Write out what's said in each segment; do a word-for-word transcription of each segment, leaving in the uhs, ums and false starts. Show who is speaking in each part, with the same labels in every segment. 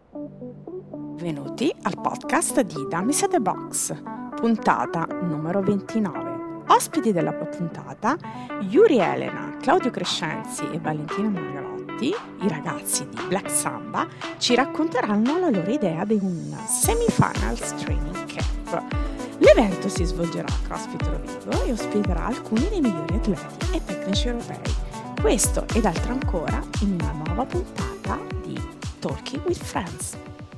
Speaker 1: Benvenuti al podcast di Dummies at the Box, puntata numero ventinove. Ospiti della puntata Yuri Elena, Claudio Crescenzi e Valentina Margalotti, i ragazzi di Black Samba, ci racconteranno la loro idea di un semi-finals training camp. L'evento si svolgerà a CrossFit Rovigo e ospiterà alcuni dei migliori atleti e tecnici europei. Questo ed altro ancora in una nuova puntata di Talking with Friends.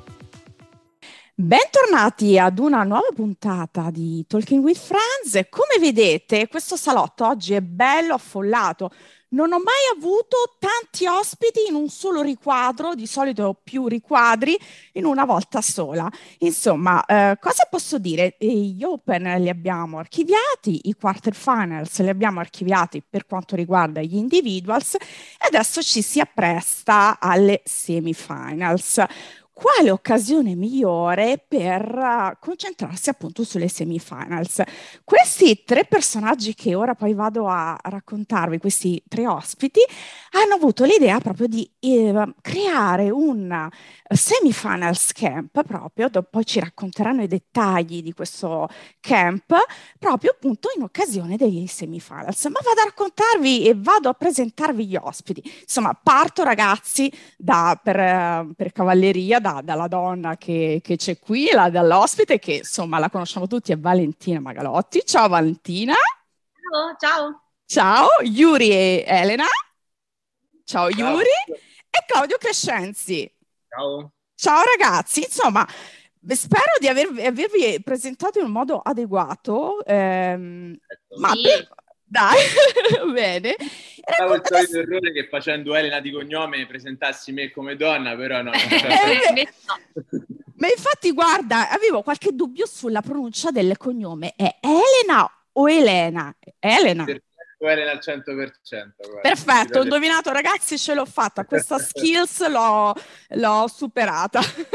Speaker 1: Bentornati ad una nuova puntata di Talking with Friends. Come vedete, questo salotto oggi è bello affollato. Non ho mai avuto tanti ospiti in un solo riquadro, di solito più riquadri in una volta sola. Insomma, eh, cosa posso dire? Gli Open li abbiamo archiviati, i quarterfinals li abbiamo archiviati per quanto riguarda gli individuals e adesso ci si appresta alle semifinals. Quale occasione migliore per uh, concentrarsi appunto sulle semifinals? Questi tre personaggi che ora poi vado a raccontarvi, questi tre ospiti, hanno avuto l'idea proprio di eh, creare un uh, semifinals camp proprio, do- poi ci racconteranno i dettagli di questo camp, proprio appunto in occasione degli semifinals. Ma vado a raccontarvi e vado a presentarvi gli ospiti. Insomma, parto ragazzi da, per, eh, per cavalleria da- dalla donna che, che c'è qui, la- dall'ospite che insomma la conosciamo tutti, è Valentina Magalotti. Ciao Valentina.
Speaker 2: Ciao, ciao.
Speaker 1: Ciao, Yuri e Elena. Ciao
Speaker 3: Ciao.
Speaker 1: Yuri e Claudio Crescenzi.
Speaker 3: Ciao.
Speaker 1: Ciao ragazzi, insomma, spero di avervi, avervi presentato in un modo adeguato. Ehm, ma
Speaker 2: Sì.
Speaker 1: per- Dai, bene.
Speaker 3: Stavo il
Speaker 1: Raccon-
Speaker 3: solito errore che facendo Elena di cognome presentassi me come donna, però no. non c'è
Speaker 1: Eh,
Speaker 3: senso.
Speaker 1: Ma infatti, guarda, avevo qualche dubbio sulla pronuncia del cognome. È Elena o Elena? Elena.
Speaker 3: Perfetto, Elena al cento per cento. Guarda.
Speaker 1: Perfetto, ho indovinato ragazzi, ce l'ho fatta, questa skills l'ho, l'ho superata.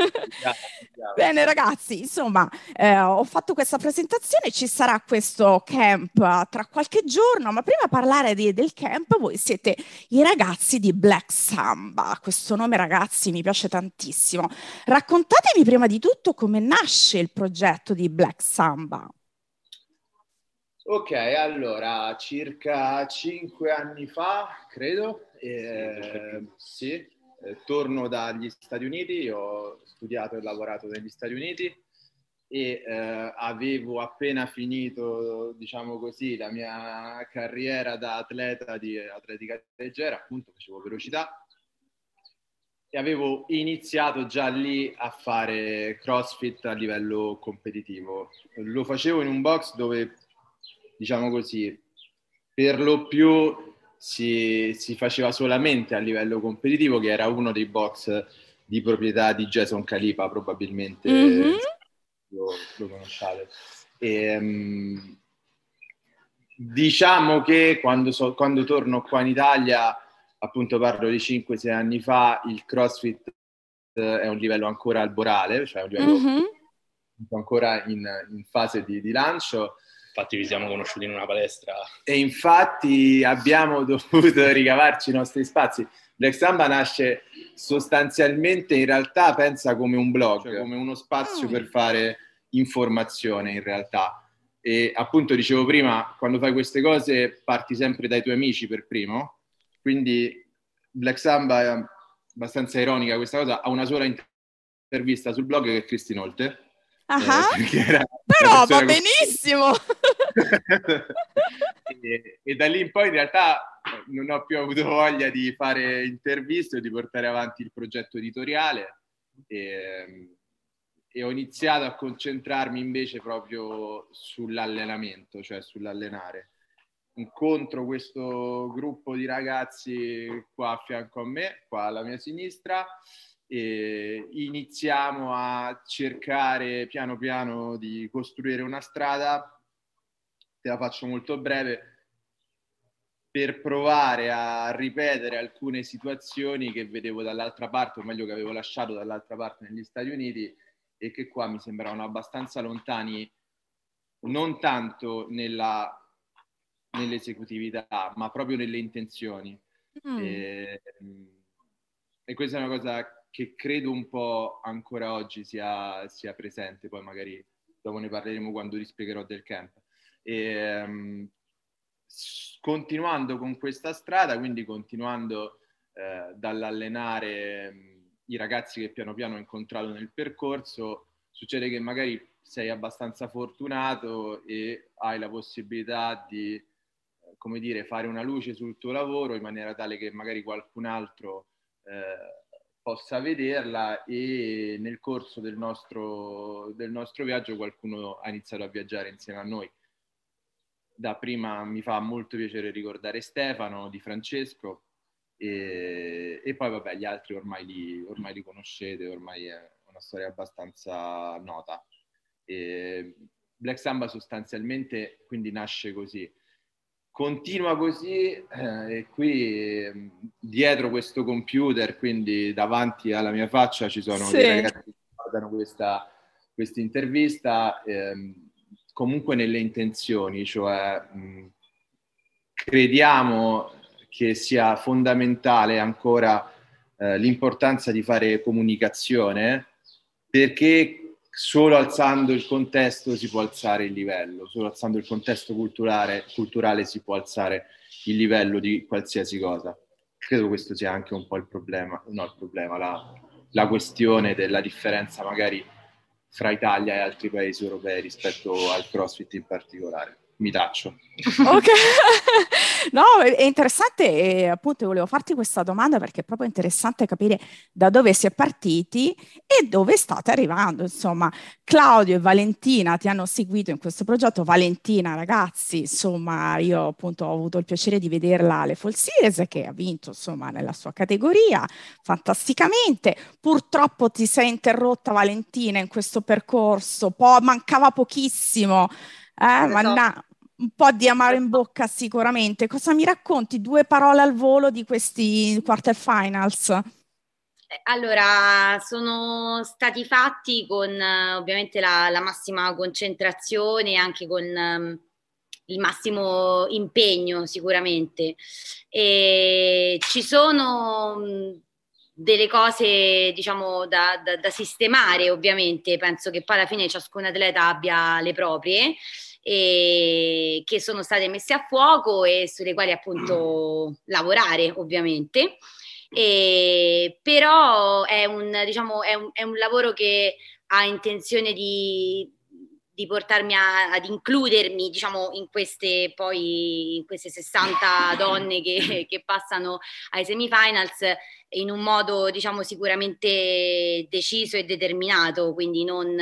Speaker 1: Bene ragazzi, insomma, eh, ho fatto questa presentazione, ci sarà questo camp tra qualche giorno, ma prima di parlare di- del camp, voi siete i ragazzi di Black Samba. Questo nome ragazzi mi piace tantissimo. Raccontatemi prima di tutto come nasce il progetto di Black Samba.
Speaker 3: Ok, allora, circa cinque anni fa, credo, eh, sì, eh, torno dagli Stati Uniti, ho studiato e lavorato negli Stati Uniti e eh, avevo appena finito, diciamo così, la mia carriera da atleta di atletica leggera, appunto facevo velocità e avevo iniziato già lì a fare CrossFit a livello competitivo. Lo facevo in un box dove, diciamo così, per lo più si, si faceva solamente a livello competitivo, che era uno dei box di proprietà di Jason Khalipa, probabilmente
Speaker 1: Mhm.
Speaker 3: lo, lo conosciate. E, um, diciamo che quando, so, quando torno qua in Italia, appunto parlo di cinque sei anni fa, il CrossFit eh, è un livello ancora alborale, cioè un livello
Speaker 1: Mhm.
Speaker 3: ancora in, in fase di, di lancio.
Speaker 4: Infatti vi siamo conosciuti in una palestra.
Speaker 3: E infatti abbiamo dovuto ricavarci i nostri spazi. Black Samba nasce sostanzialmente, in realtà, pensa come un blog, cioè come uno spazio
Speaker 1: Mm.
Speaker 3: per fare informazione in realtà. E appunto dicevo prima, quando fai queste cose parti sempre dai tuoi amici per primo, quindi Black Samba è abbastanza ironica questa cosa, ha una sola intervista sul blog che è Christine Holte.
Speaker 1: Ah,
Speaker 3: eh, era
Speaker 1: però va benissimo.
Speaker 3: e, e da lì in poi in realtà non ho più avuto voglia di fare interviste o di portare avanti il progetto editoriale e, e ho iniziato a concentrarmi invece proprio sull'allenamento, cioè sull'allenare. Incontro questo gruppo di ragazzi qua a fianco a me, qua alla mia sinistra, e iniziamo a cercare piano piano di costruire una strada, te la faccio molto breve, per provare a ripetere alcune situazioni che vedevo dall'altra parte, o meglio che avevo lasciato dall'altra parte negli Stati Uniti e che qua mi sembravano abbastanza lontani, non tanto nella, nell'esecutività, ma proprio nelle intenzioni.
Speaker 1: Mm.
Speaker 3: E, e questa è una cosa che credo un po' ancora oggi sia, sia presente, poi magari dopo ne parleremo quando vi spiegherò del camp. E, um, continuando con questa strada, quindi continuando eh, dall'allenare um, i ragazzi che piano piano ho incontrato nel percorso, succede che magari sei abbastanza fortunato e hai la possibilità di, eh, come dire, fare una luce sul tuo lavoro in maniera tale che magari qualcun altro eh, possa vederla, e nel corso del nostro, del nostro viaggio qualcuno ha iniziato a viaggiare insieme a noi. Da prima mi fa molto piacere ricordare Stefano, Di Francesco, e, e poi vabbè gli altri ormai li, ormai li conoscete, ormai è una storia abbastanza nota. E Black Samba sostanzialmente quindi nasce così. Continua così eh, e qui eh, dietro questo computer, quindi davanti alla mia faccia, ci sono
Speaker 1: Sì.
Speaker 3: dei ragazzi che guardano questa questa intervista, eh, comunque nelle intenzioni, cioè mh, crediamo che sia fondamentale ancora eh, l'importanza di fare comunicazione, perché solo alzando il contesto si può alzare il livello, solo alzando il contesto culturale, culturale si può alzare il livello di qualsiasi cosa. Credo questo sia anche un po' il problema, no il problema, la, la questione della differenza magari fra Italia e altri paesi europei rispetto al CrossFit in particolare. Mi taccio.
Speaker 1: Ok, no, è interessante e appunto volevo farti questa domanda perché è proprio interessante capire da dove si è partiti e dove state arrivando. Insomma, Claudio e Valentina ti hanno seguito in questo progetto. Valentina, ragazzi, insomma, io appunto ho avuto il piacere di vederla alle Fall Series, che ha vinto insomma nella sua categoria fantasticamente. Purtroppo ti sei interrotta, Valentina, in questo percorso, po- mancava pochissimo. Eh,
Speaker 2: Lo
Speaker 1: ma
Speaker 2: so.
Speaker 1: na- un po' di amaro in bocca sicuramente. Cosa mi racconti? Due parole al volo di questi quarterfinals?
Speaker 2: Allora, sono stati fatti con eh, ovviamente la, la massima concentrazione e anche con ehm, il massimo impegno sicuramente. E ci sono mh, delle cose, diciamo, da, da- da sistemare ovviamente. Penso che poi alla fine ciascun atleta abbia le proprie e che sono state messe a fuoco e sulle quali appunto lavorare ovviamente. E, però è un, diciamo, è un, è un lavoro che ha intenzione di, di portarmi a, ad includermi, diciamo, in queste poi in queste sessanta donne che, che passano ai semifinals in un modo, diciamo, sicuramente deciso e determinato, quindi non,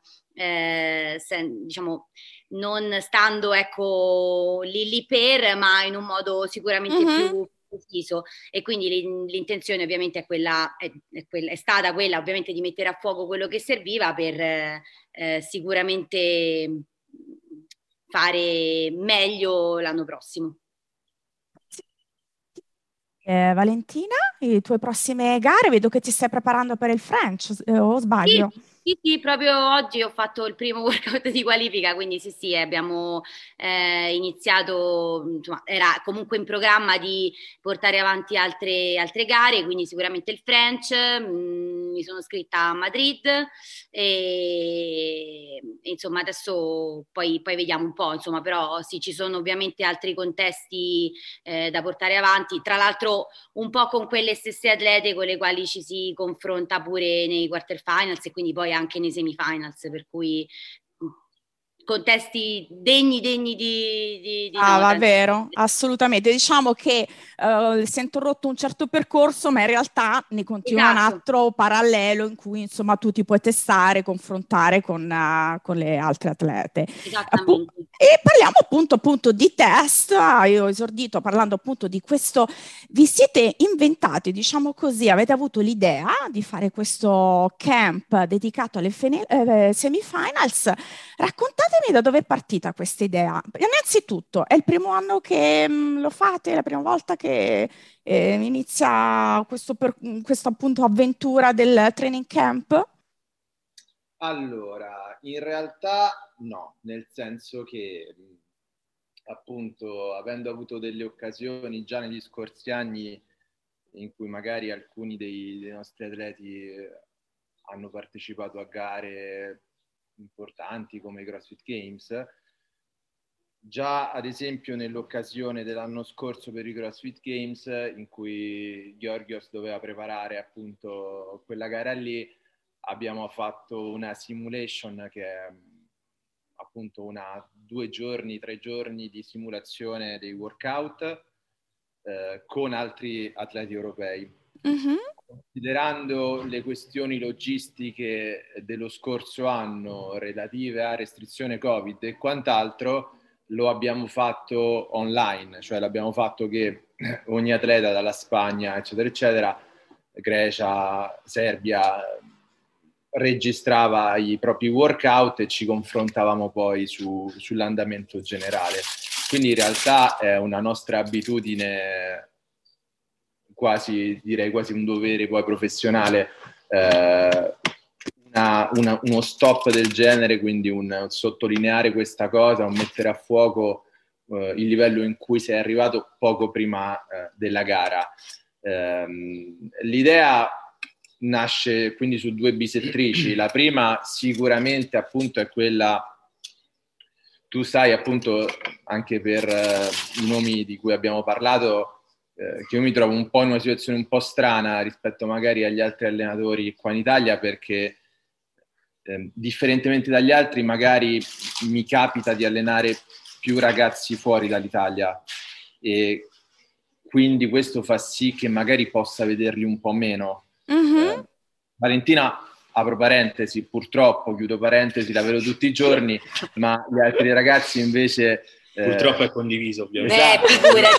Speaker 2: eh, sen, diciamo, non stando ecco lì lì per, ma in un modo sicuramente
Speaker 1: Mhm.
Speaker 2: più preciso. E quindi l'intenzione ovviamente è quella, è, è, quella, è stata quella ovviamente di mettere a fuoco quello che serviva per eh, sicuramente fare meglio l'anno prossimo.
Speaker 1: Eh, Valentina, le tue prossime gare, vedo che ti stai preparando per il French, eh, o sbaglio?
Speaker 2: Sì, sì, sì, proprio oggi ho fatto il primo workout di qualifica, quindi sì, sì, abbiamo eh, iniziato, insomma, era comunque in programma di portare avanti altre, altre gare, quindi sicuramente il French, mh, mi sono iscritta a Madrid e insomma adesso poi, poi vediamo un po', insomma, però sì, ci sono ovviamente altri contesti eh, da portare avanti, tra l'altro un po' con quelle stesse atlete con le quali ci si confronta pure nei quarterfinals e quindi poi anche nei semifinals, per cui contesti degni degni di, di, di
Speaker 1: Ah, va
Speaker 2: nota.
Speaker 1: vero, assolutamente. Diciamo che eh, si è interrotto un certo percorso, ma in realtà ne continua un
Speaker 2: Esatto,
Speaker 1: altro parallelo in cui insomma tu ti puoi testare, confrontare con, eh, con le altre atlete. Appu-
Speaker 2: esattamente.
Speaker 1: e parliamo appunto, appunto di test. Ah, io ho esordito parlando appunto di questo. Vi siete inventati, diciamo così, avete avuto l'idea di fare questo camp dedicato alle fene- eh, semifinals. Raccontatemi da dove è partita questa idea. Innanzitutto, è il primo anno che mh, lo fate, è la prima volta che eh, inizia questo, per- questa appunto avventura del training camp?
Speaker 3: Allora, in realtà no, nel senso che appunto avendo avuto delle occasioni già negli scorsi anni in cui magari alcuni dei, dei nostri atleti hanno partecipato a gare importanti come i CrossFit Games. Già ad esempio nell'occasione dell'anno scorso per i CrossFit Games, in cui Georgios doveva preparare appunto quella gara lì, abbiamo fatto una simulation che è appunto una due giorni, tre giorni di simulazione dei workout eh, con altri atleti europei.
Speaker 1: Mhm.
Speaker 3: Considerando le questioni logistiche dello scorso anno relative a restrizione Covid e quant'altro, lo abbiamo fatto online, cioè l'abbiamo fatto che ogni atleta dalla Spagna, eccetera, eccetera, Grecia, Serbia, registrava i propri workout e ci confrontavamo poi su, sull'andamento generale. Quindi in realtà è una nostra abitudine, quasi direi quasi un dovere poi professionale, eh, una, una, uno stop del genere, quindi un, un sottolineare questa cosa, un mettere a fuoco eh, il livello in cui sei arrivato poco prima eh, della gara. Eh, l'idea nasce quindi su due bisettrici. La prima sicuramente appunto è quella, tu sai appunto anche per eh, i nomi di cui abbiamo parlato, eh, che io mi trovo un po' in una situazione un po' strana rispetto magari agli altri allenatori qua in Italia, perché eh, differentemente dagli altri magari mi capita di allenare più ragazzi fuori dall'Italia e quindi questo fa sì che magari possa vederli un po' meno.
Speaker 1: Mhm.
Speaker 3: Eh, Valentina, apro parentesi, purtroppo, chiudo parentesi, la vedo tutti i giorni, ma gli altri ragazzi invece... eh,
Speaker 4: Purtroppo è condiviso, ovviamente.
Speaker 3: Esatto.
Speaker 2: Eh, figurati.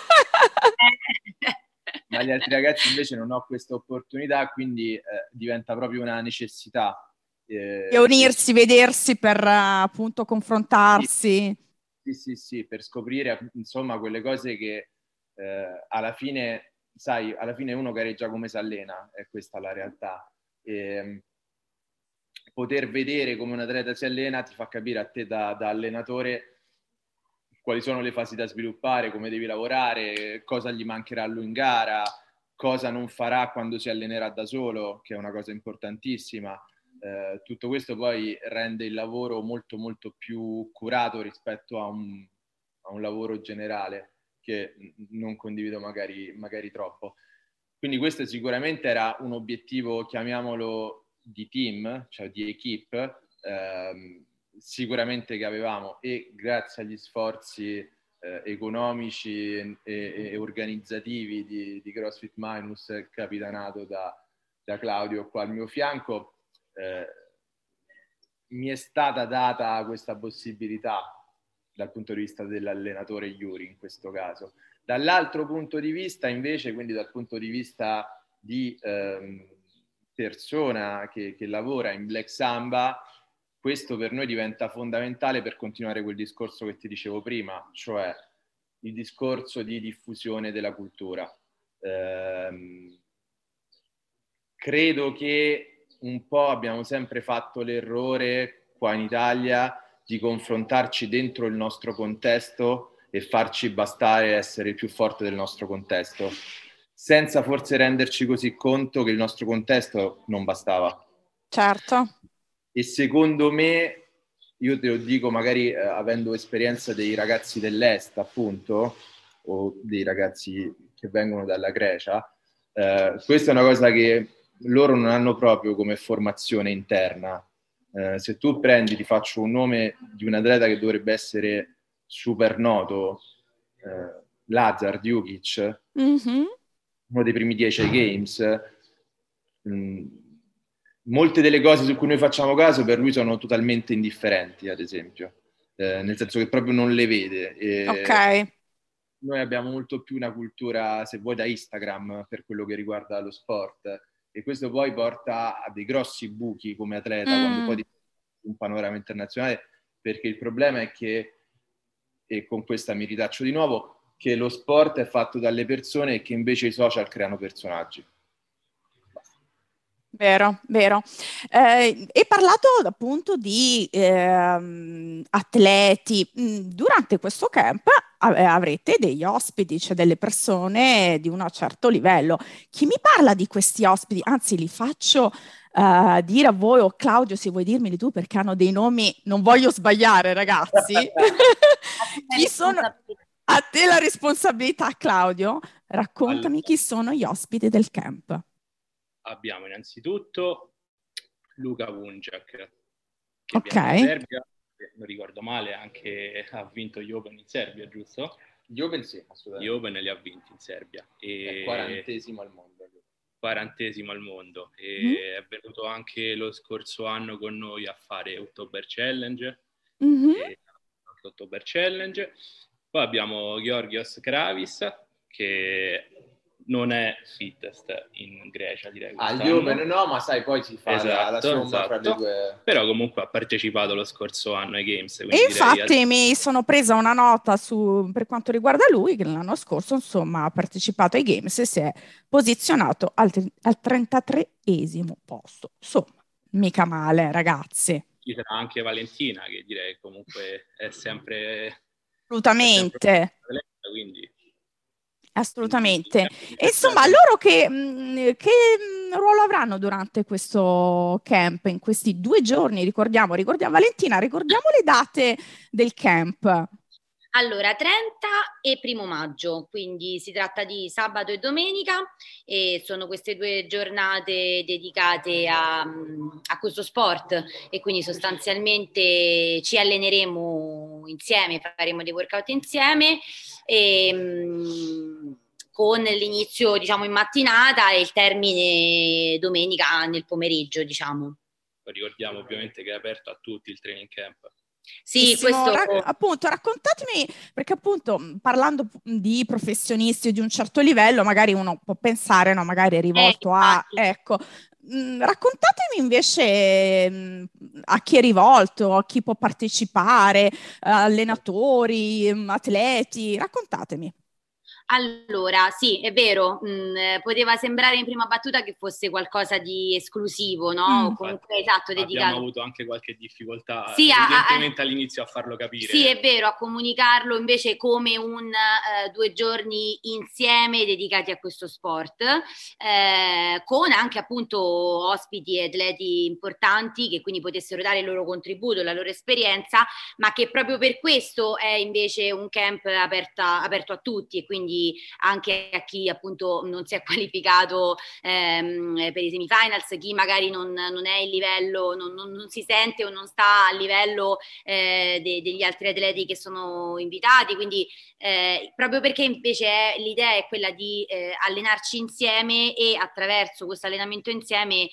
Speaker 3: Ma gli altri ragazzi invece non ho questa opportunità, quindi eh, diventa proprio una necessità. Eh,
Speaker 1: E unirsi, vedersi per eh, appunto confrontarsi.
Speaker 3: Sì, sì, sì, per scoprire insomma quelle cose che eh, alla fine, sai, alla fine uno gareggia come si allena, è questa la realtà. E, poter vedere come un atleta si allena ti fa capire a te da, da allenatore quali sono le fasi da sviluppare, come devi lavorare, cosa gli mancherà a lui in gara, cosa non farà quando si allenerà da solo, che è una cosa importantissima. Eh, tutto questo poi rende il lavoro molto molto più curato rispetto a un, a un lavoro generale che non condivido magari, magari troppo. Quindi questo sicuramente era un obiettivo, chiamiamolo di team, cioè di equipe, ehm, sicuramente che avevamo, e grazie agli sforzi eh, economici e, e, e organizzativi di, di CrossFit Minus, capitanato da, da Claudio qua al mio fianco, eh, mi è stata data questa possibilità dal punto di vista dell'allenatore Yuri in questo caso. Dall'altro punto di vista invece, quindi dal punto di vista di ehm, persona che, che lavora in Black Samba, questo per noi diventa fondamentale per continuare quel discorso che ti dicevo prima, cioè il discorso di diffusione della cultura. Ehm, credo che un po' abbiamo sempre fatto l'errore qua in Italia di confrontarci dentro il nostro contesto e farci bastare essere il più forte del nostro contesto, senza forse renderci così conto che il nostro contesto non bastava.
Speaker 1: Certo.
Speaker 3: E secondo me, io te lo dico magari eh, avendo esperienza dei ragazzi dell'Est appunto, o dei ragazzi che vengono dalla Grecia, eh, questa è una cosa che loro non hanno proprio come formazione interna. Eh, se tu prendi, ti faccio un nome di un atleta che dovrebbe essere super noto, eh, Lazar Djukic,
Speaker 1: Mhm.
Speaker 3: uno dei primi dieci ai Games, mh, molte delle cose su cui noi facciamo caso per lui sono totalmente indifferenti, ad esempio, eh, nel senso che proprio non le vede. E
Speaker 1: Ok.
Speaker 3: noi abbiamo molto più una cultura, se vuoi, da Instagram per quello che riguarda lo sport, e questo poi porta a dei grossi buchi come atleta
Speaker 1: Mm.
Speaker 3: quando poi diventi un panorama internazionale, perché il problema è che, e con questa mi ritaccio di nuovo, che lo sport è fatto dalle persone e che invece i social creano personaggi.
Speaker 1: Vero, vero. Eh, hai parlato appunto di ehm, atleti. Mm, Durante questo camp avrete degli ospiti, cioè delle persone di un certo livello. Chi mi parla di questi ospiti? Anzi, li faccio uh, dire a voi, o Claudio, se vuoi dirmeli tu, perché hanno dei nomi, non voglio sbagliare, ragazzi. Chi sono? A te la responsabilità, Claudio. Raccontami
Speaker 4: Allora,
Speaker 1: chi sono gli ospiti del camp.
Speaker 4: abbiamo innanzitutto Luka Vunjak, che
Speaker 1: Ok.
Speaker 4: viene da Serbia, non ricordo male, anche ha vinto gli Open in Serbia, giusto?
Speaker 3: Gli Open sì,
Speaker 4: Gli
Speaker 3: assolutamente.
Speaker 4: Open li ha vinti in Serbia. E
Speaker 3: È quarantesimo al mondo.
Speaker 4: quarantesimo al mondo. E
Speaker 1: Mm-hmm.
Speaker 4: è venuto anche lo scorso anno con noi a fare Oktober Challenge.
Speaker 1: Mm-hmm.
Speaker 4: E Oktober Challenge. Poi abbiamo Georgios Kravis, che non è fittest in Grecia, direi.
Speaker 3: Agli Open no, ma sai, poi si fa
Speaker 4: esatto,
Speaker 3: la, la somma
Speaker 4: esatto.
Speaker 3: fra le due.
Speaker 4: Però comunque ha partecipato lo scorso anno ai Games.
Speaker 1: E infatti direi... mi sono presa una nota su, per quanto riguarda lui, che l'anno scorso insomma ha partecipato ai Games e si è posizionato al, al trentatreesimo posto. Insomma, mica male, ragazzi.
Speaker 4: Ci sarà anche Valentina, che direi comunque è sempre...
Speaker 1: Assolutamente.
Speaker 4: È sempre quindi...
Speaker 1: Assolutamente. E insomma, loro che, che ruolo avranno durante questo camp, in questi due giorni? Ricordiamo, ricordiamo, Valentina, ricordiamo le date del camp.
Speaker 2: Allora, trenta e primo maggio, quindi si tratta di sabato e domenica e sono queste due giornate dedicate a, a questo sport e quindi sostanzialmente ci alleneremo insieme, faremo dei workout insieme e, mh, con l'inizio diciamo in mattinata e il termine domenica nel pomeriggio, diciamo.
Speaker 4: Ricordiamo ovviamente che è aperto a tutti il training camp.
Speaker 2: Sì, questo...
Speaker 1: Ra- appunto, raccontatemi, perché appunto parlando di professionisti di un certo livello, magari uno può pensare, no, magari è rivolto
Speaker 2: eh,
Speaker 1: a, ecco, mh, raccontatemi invece mh, a chi è rivolto, a chi può partecipare, allenatori, mh, atleti, raccontatemi.
Speaker 2: Allora, sì, è vero, mh, poteva sembrare in prima battuta che fosse qualcosa di esclusivo, no?
Speaker 1: Mm.
Speaker 2: Comunque, esatto, dedicato.
Speaker 4: Abbiamo avuto anche qualche difficoltà,
Speaker 2: sì,
Speaker 4: evidentemente
Speaker 2: a, a,
Speaker 4: all'inizio a farlo capire.
Speaker 2: Sì, è vero, a comunicarlo invece come un uh, due giorni insieme dedicati a questo sport, eh, con anche appunto ospiti e atleti importanti che quindi potessero dare il loro contributo, la loro esperienza, ma che proprio per questo è invece un camp aperta, aperto a tutti e quindi anche a chi appunto non si è qualificato ehm, per i semifinals, chi magari non, non è in livello, non, non, non si sente o non sta a livello eh, de, degli altri atleti che sono invitati, quindi eh, proprio perché invece è, l'idea è quella di eh, allenarci insieme e attraverso questo allenamento insieme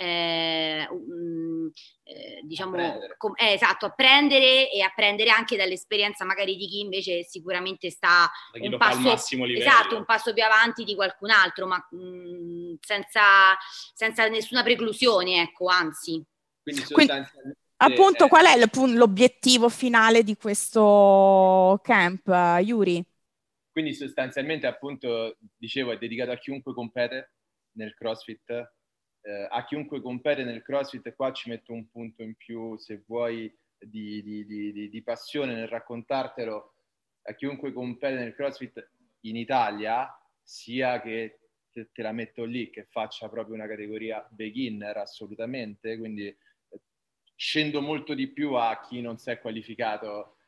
Speaker 2: eh, um, eh, diciamo com- eh, esatto, apprendere e apprendere anche dall'esperienza magari di chi invece sicuramente sta un passo, esatto, un passo più avanti di qualcun altro, ma mh, senza, senza nessuna preclusione, ecco, anzi.
Speaker 3: Quindi sostanzialmente
Speaker 1: appunto, qual è l'obiettivo finale di questo camp, Yuri?
Speaker 3: Quindi sostanzialmente, appunto, dicevo, è dedicato a chiunque compete nel CrossFit. Eh, a chiunque compete nel CrossFit, qua ci metto un punto in più, se vuoi, di, di, di, di passione nel raccontartelo. A chiunque compete nel CrossFit in Italia, sia che te, te la metto lì, che faccia proprio una categoria beginner, assolutamente, quindi scendo molto di più a chi non si è qualificato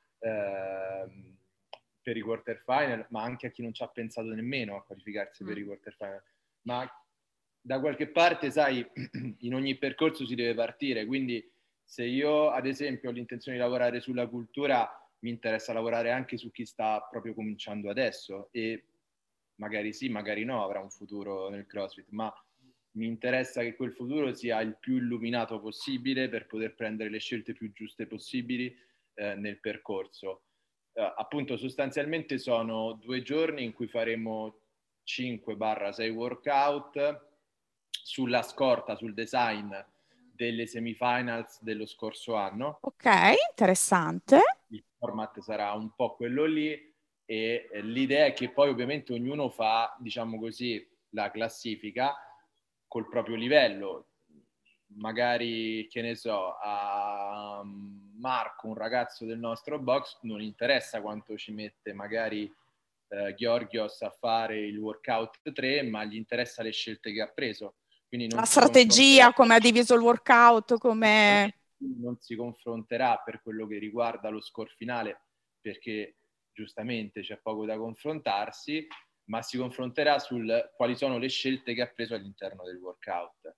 Speaker 3: eh, per i quarter final, ma anche a chi non ci ha pensato nemmeno a qualificarsi mm. per i quarter final. Ma da qualche parte, sai, in ogni percorso si deve partire, quindi se io ad esempio ho l'intenzione di lavorare sulla cultura, mi interessa lavorare anche su chi sta proprio cominciando adesso e magari sì, magari no, avrà un futuro nel CrossFit, ma mi interessa che quel futuro sia il più illuminato possibile per poter prendere le scelte più giuste possibili eh, nel percorso. Eh, appunto, sostanzialmente sono due giorni in cui faremo cinque sei workout sulla scorta, sul design delle semifinals dello scorso anno.
Speaker 1: Ok, interessante.
Speaker 3: Il format sarà un po' quello lì e eh, l'idea è che poi ovviamente ognuno fa, diciamo così, la classifica col proprio livello. Magari, che ne so, a Marco, un ragazzo del nostro box, non interessa quanto ci mette magari eh, Georgios a fare il workout tre, ma gli interessa le scelte che ha preso. Quindi non
Speaker 1: La
Speaker 3: si
Speaker 1: strategia,
Speaker 3: confronterà-
Speaker 1: come ha diviso il workout, come...
Speaker 3: non si confronterà per quello che riguarda lo score finale, perché giustamente c'è poco da confrontarsi, ma si confronterà sul quali sono le scelte che ha preso all'interno del workout.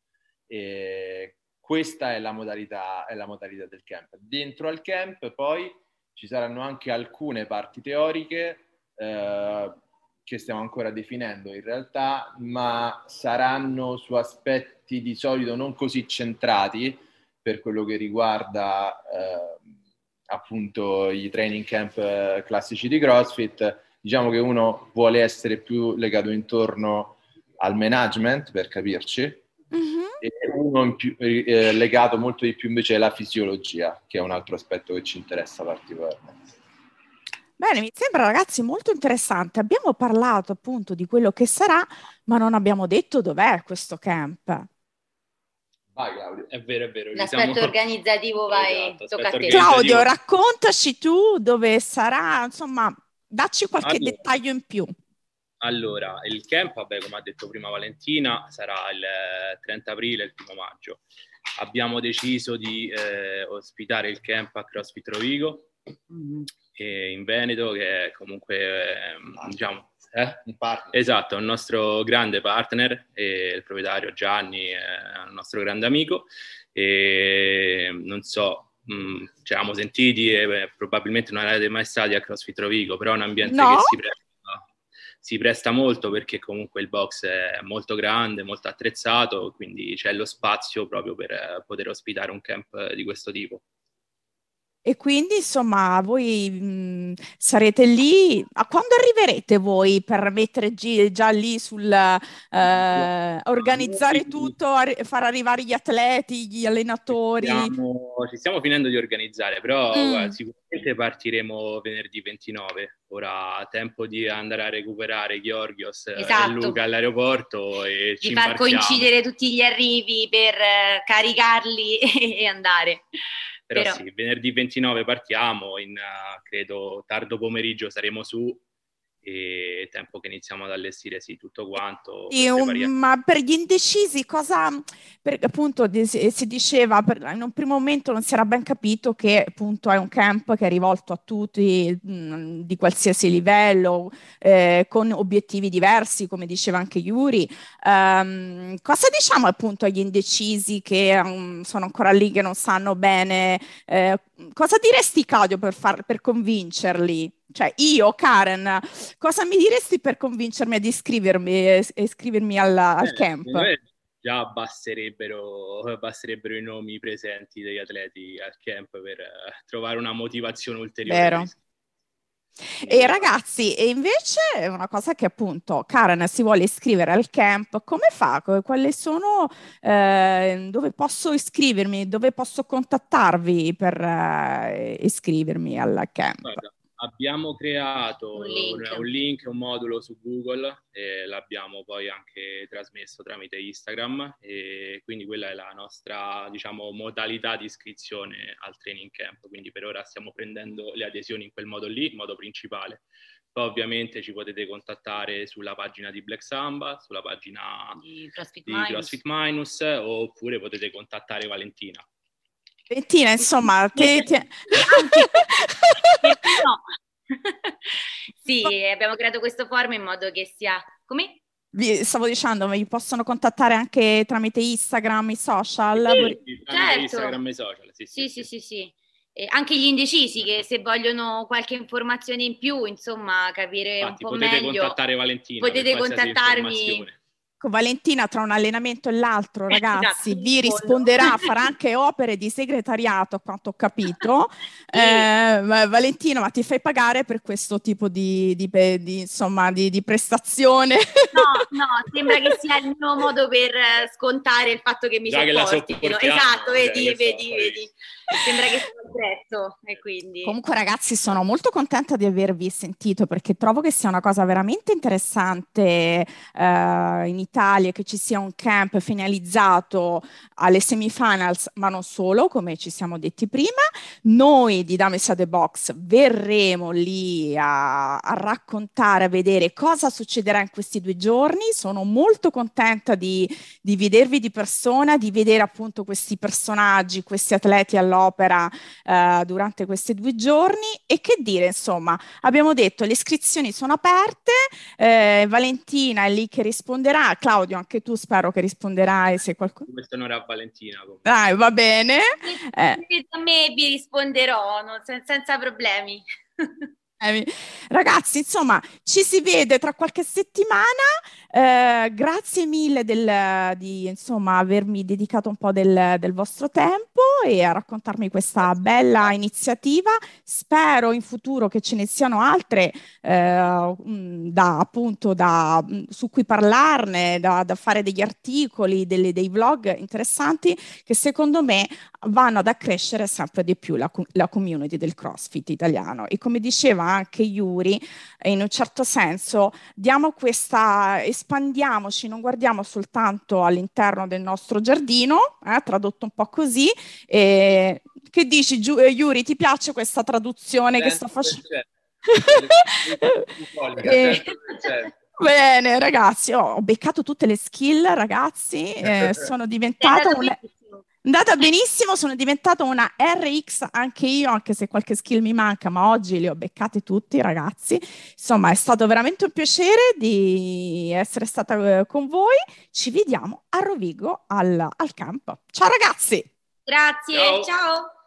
Speaker 3: E questa è la modalità, è la modalità del camp. Dentro al camp poi ci saranno anche alcune parti teoriche eh, che stiamo ancora definendo in realtà, ma saranno su aspetti di solito non così centrati per quello che riguarda eh, appunto i training camp eh, classici di CrossFit. Diciamo che uno vuole essere più legato intorno al management, per capirci,
Speaker 1: Mhm.
Speaker 3: e uno in più, eh, legato molto di più invece alla fisiologia, che è un altro aspetto che ci interessa particolarmente.
Speaker 1: Bene, mi sembra ragazzi molto interessante. Abbiamo parlato appunto di quello che sarà, ma non abbiamo detto dov'è questo camp.
Speaker 3: Vai Claudio.
Speaker 4: È vero, è vero. ci
Speaker 2: L'aspetto
Speaker 4: siamo-
Speaker 2: organizzativo, vai,
Speaker 4: Esatto,
Speaker 2: tocca a
Speaker 4: aspetto
Speaker 2: te.
Speaker 4: organizzativo.
Speaker 1: Claudio, raccontaci tu dove sarà, insomma, dacci qualche
Speaker 4: Allora.
Speaker 1: dettaglio in più.
Speaker 4: Allora, il camp, vabbè, come ha detto prima Valentina, sarà il eh, trenta aprile, il primo maggio. Abbiamo deciso di eh, ospitare il camp a CrossFit Rovigo,
Speaker 2: Mhm.
Speaker 4: e in Veneto, che è comunque, eh, diciamo, eh?
Speaker 3: Un partner.
Speaker 4: Esatto, è un nostro grande partner, e il proprietario Gianni è un nostro grande amico, e non so, mh, ci eravamo sentiti e beh, probabilmente non eravate mai stati a CrossFit Rovigo, però è un ambiente
Speaker 1: No?
Speaker 4: che si presta, si presta molto, perché comunque il box è molto grande, molto attrezzato, quindi c'è lo spazio proprio per eh, poter ospitare un camp di questo tipo.
Speaker 1: E quindi, insomma, voi mh, sarete lì. A quando arriverete voi per mettere gi- già lì sul eh, organizzare
Speaker 4: Noi
Speaker 1: tutto, arri- far arrivare gli atleti, gli
Speaker 4: Ci
Speaker 1: allenatori?
Speaker 4: stiamo, ci stiamo finendo di organizzare, però guarda,
Speaker 1: Mm.
Speaker 4: sicuramente partiremo venerdì ventinove. Ora tempo di andare a recuperare Georgios eh, e
Speaker 2: Esatto.
Speaker 4: Luca all'aeroporto e ci
Speaker 2: Di far
Speaker 4: imbarchiamo.
Speaker 2: coincidere tutti gli arrivi per eh, caricarli e andare.
Speaker 4: Però,
Speaker 2: Però-
Speaker 4: sì, venerdì ventinove partiamo, in eh, credo tardo pomeriggio saremo su, e tempo che iniziamo ad allestire sì, tutto quanto.
Speaker 1: Sì,
Speaker 4: per
Speaker 1: un-
Speaker 4: preparare-
Speaker 1: ma per gli indecisi cosa, perché appunto di- si si diceva, per- in un primo momento non si era ben capito che appunto è un camp che è rivolto a tutti mh, di qualsiasi livello, eh, con obiettivi diversi, come diceva anche Yuri. Ehm, cosa diciamo appunto agli indecisi che um, sono ancora lì, che non sanno bene? Eh, cosa diresti, Claudio, per, far, per convincerli? Cioè, io, Karen, cosa mi diresti per convincermi ad iscrivermi, e iscrivermi al, al
Speaker 4: Eh,
Speaker 1: camp?
Speaker 4: secondo me già basterebbero, basterebbero i nomi presenti degli atleti al camp per eh, trovare una motivazione ulteriore.
Speaker 1: Vero.
Speaker 4: per iscriversi.
Speaker 1: E ragazzi, e invece è una cosa che appunto Karen si vuole iscrivere al camp, come fa? Co- Quali sono, eh, dove posso iscrivermi, dove posso contattarvi per eh, iscrivermi al camp?
Speaker 4: Guarda, abbiamo creato
Speaker 2: Un
Speaker 4: un
Speaker 2: link.
Speaker 4: un link, un modulo su Google, e l'abbiamo poi anche trasmesso tramite Instagram, e quindi quella è la nostra, diciamo, modalità di iscrizione al training camp. Quindi per ora stiamo prendendo le adesioni in quel modo lì, il modo principale. Poi ovviamente ci potete contattare sulla pagina di Black Samba, sulla pagina
Speaker 2: Di CrossFit
Speaker 4: di
Speaker 2: Minus.
Speaker 4: CrossFit Minus, oppure potete contattare Valentina.
Speaker 1: Valentina, insomma, te, te...
Speaker 2: Anche perché no? Sì, abbiamo creato questo forum in modo che sia come?
Speaker 1: Vi stavo dicendo, vi possono contattare anche tramite Instagram, i social?
Speaker 2: Sì,
Speaker 4: Tramite
Speaker 2: certo.
Speaker 4: Instagram e social, sì,
Speaker 2: Sì, sì, sì, sì. E anche gli indecisi che se vogliono qualche informazione in più, insomma, capire
Speaker 4: Infatti,
Speaker 2: un po'
Speaker 4: potete
Speaker 2: meglio,
Speaker 4: contattare Valentina
Speaker 2: potete
Speaker 4: per qualsiasi
Speaker 2: contattarmi.
Speaker 4: informazione.
Speaker 1: Con Valentina tra un allenamento e l'altro, ragazzi,
Speaker 2: Esatto,
Speaker 1: vi
Speaker 2: in fondo.
Speaker 1: risponderà, farà anche opere di segretariato, a quanto ho capito.
Speaker 2: Sì.
Speaker 1: Eh, ma- Valentina, ma ti fai pagare per questo tipo di, di, pe- di, insomma, di, di prestazione?
Speaker 2: No, no, sembra che sia il mio modo per eh, scontare il fatto che mi
Speaker 4: Già che la
Speaker 2: sopportino.
Speaker 4: sopportiamo,
Speaker 2: Esatto,
Speaker 4: cioè,
Speaker 2: vedi,
Speaker 4: questo
Speaker 2: vedi,
Speaker 4: poi-
Speaker 2: vedi. Sembra che sia un prezzo e quindi...
Speaker 1: Comunque ragazzi, sono molto contenta di avervi sentito perché trovo che sia una cosa veramente interessante eh, in Italia che ci sia un camp finalizzato alle semifinals, ma non solo, come ci siamo detti prima. Noi di Dames at the Box verremo lì a, a raccontare, a vedere cosa succederà in questi due giorni. Sono molto contenta di, di vedervi di persona, di vedere appunto questi personaggi, questi atleti all'opera eh, durante questi due giorni. E che dire, insomma, abbiamo detto le iscrizioni sono aperte, eh, Valentina è lì che risponderà, Claudio anche tu spero che risponderai se qualcuno...
Speaker 4: Questo onore a Valentina. Comunque.
Speaker 1: Dai, va bene.
Speaker 2: Eh. A me vi risponderò no, sen- senza problemi.
Speaker 1: Eh, ragazzi, insomma, ci si vede tra qualche settimana. Eh, grazie mille del, di insomma, avermi dedicato un po' del, del vostro tempo e a raccontarmi questa bella iniziativa. Spero in futuro che ce ne siano altre eh, da, appunto, da, su cui parlarne, da, da fare degli articoli, delle, dei vlog interessanti che secondo me vanno ad accrescere sempre di più la, la community del CrossFit italiano. E come diceva anche Yuri, in un certo senso diamo questa, espandiamoci, non guardiamo soltanto all'interno del nostro giardino, eh, tradotto un po' così. Eh, che dici Giu- Yuri, ti piace questa traduzione che sto facendo? eh, Bene ragazzi, oh, ho beccato tutte le skill ragazzi, eh, sono diventata un... Andata benissimo, sono diventata una R X anche io, anche se qualche skill mi manca, ma oggi li ho beccati tutti, ragazzi. Insomma, è stato veramente un piacere di essere stata eh, con voi. Ci vediamo a Rovigo al, al camp. Ciao ragazzi!
Speaker 2: Grazie, ciao! ciao.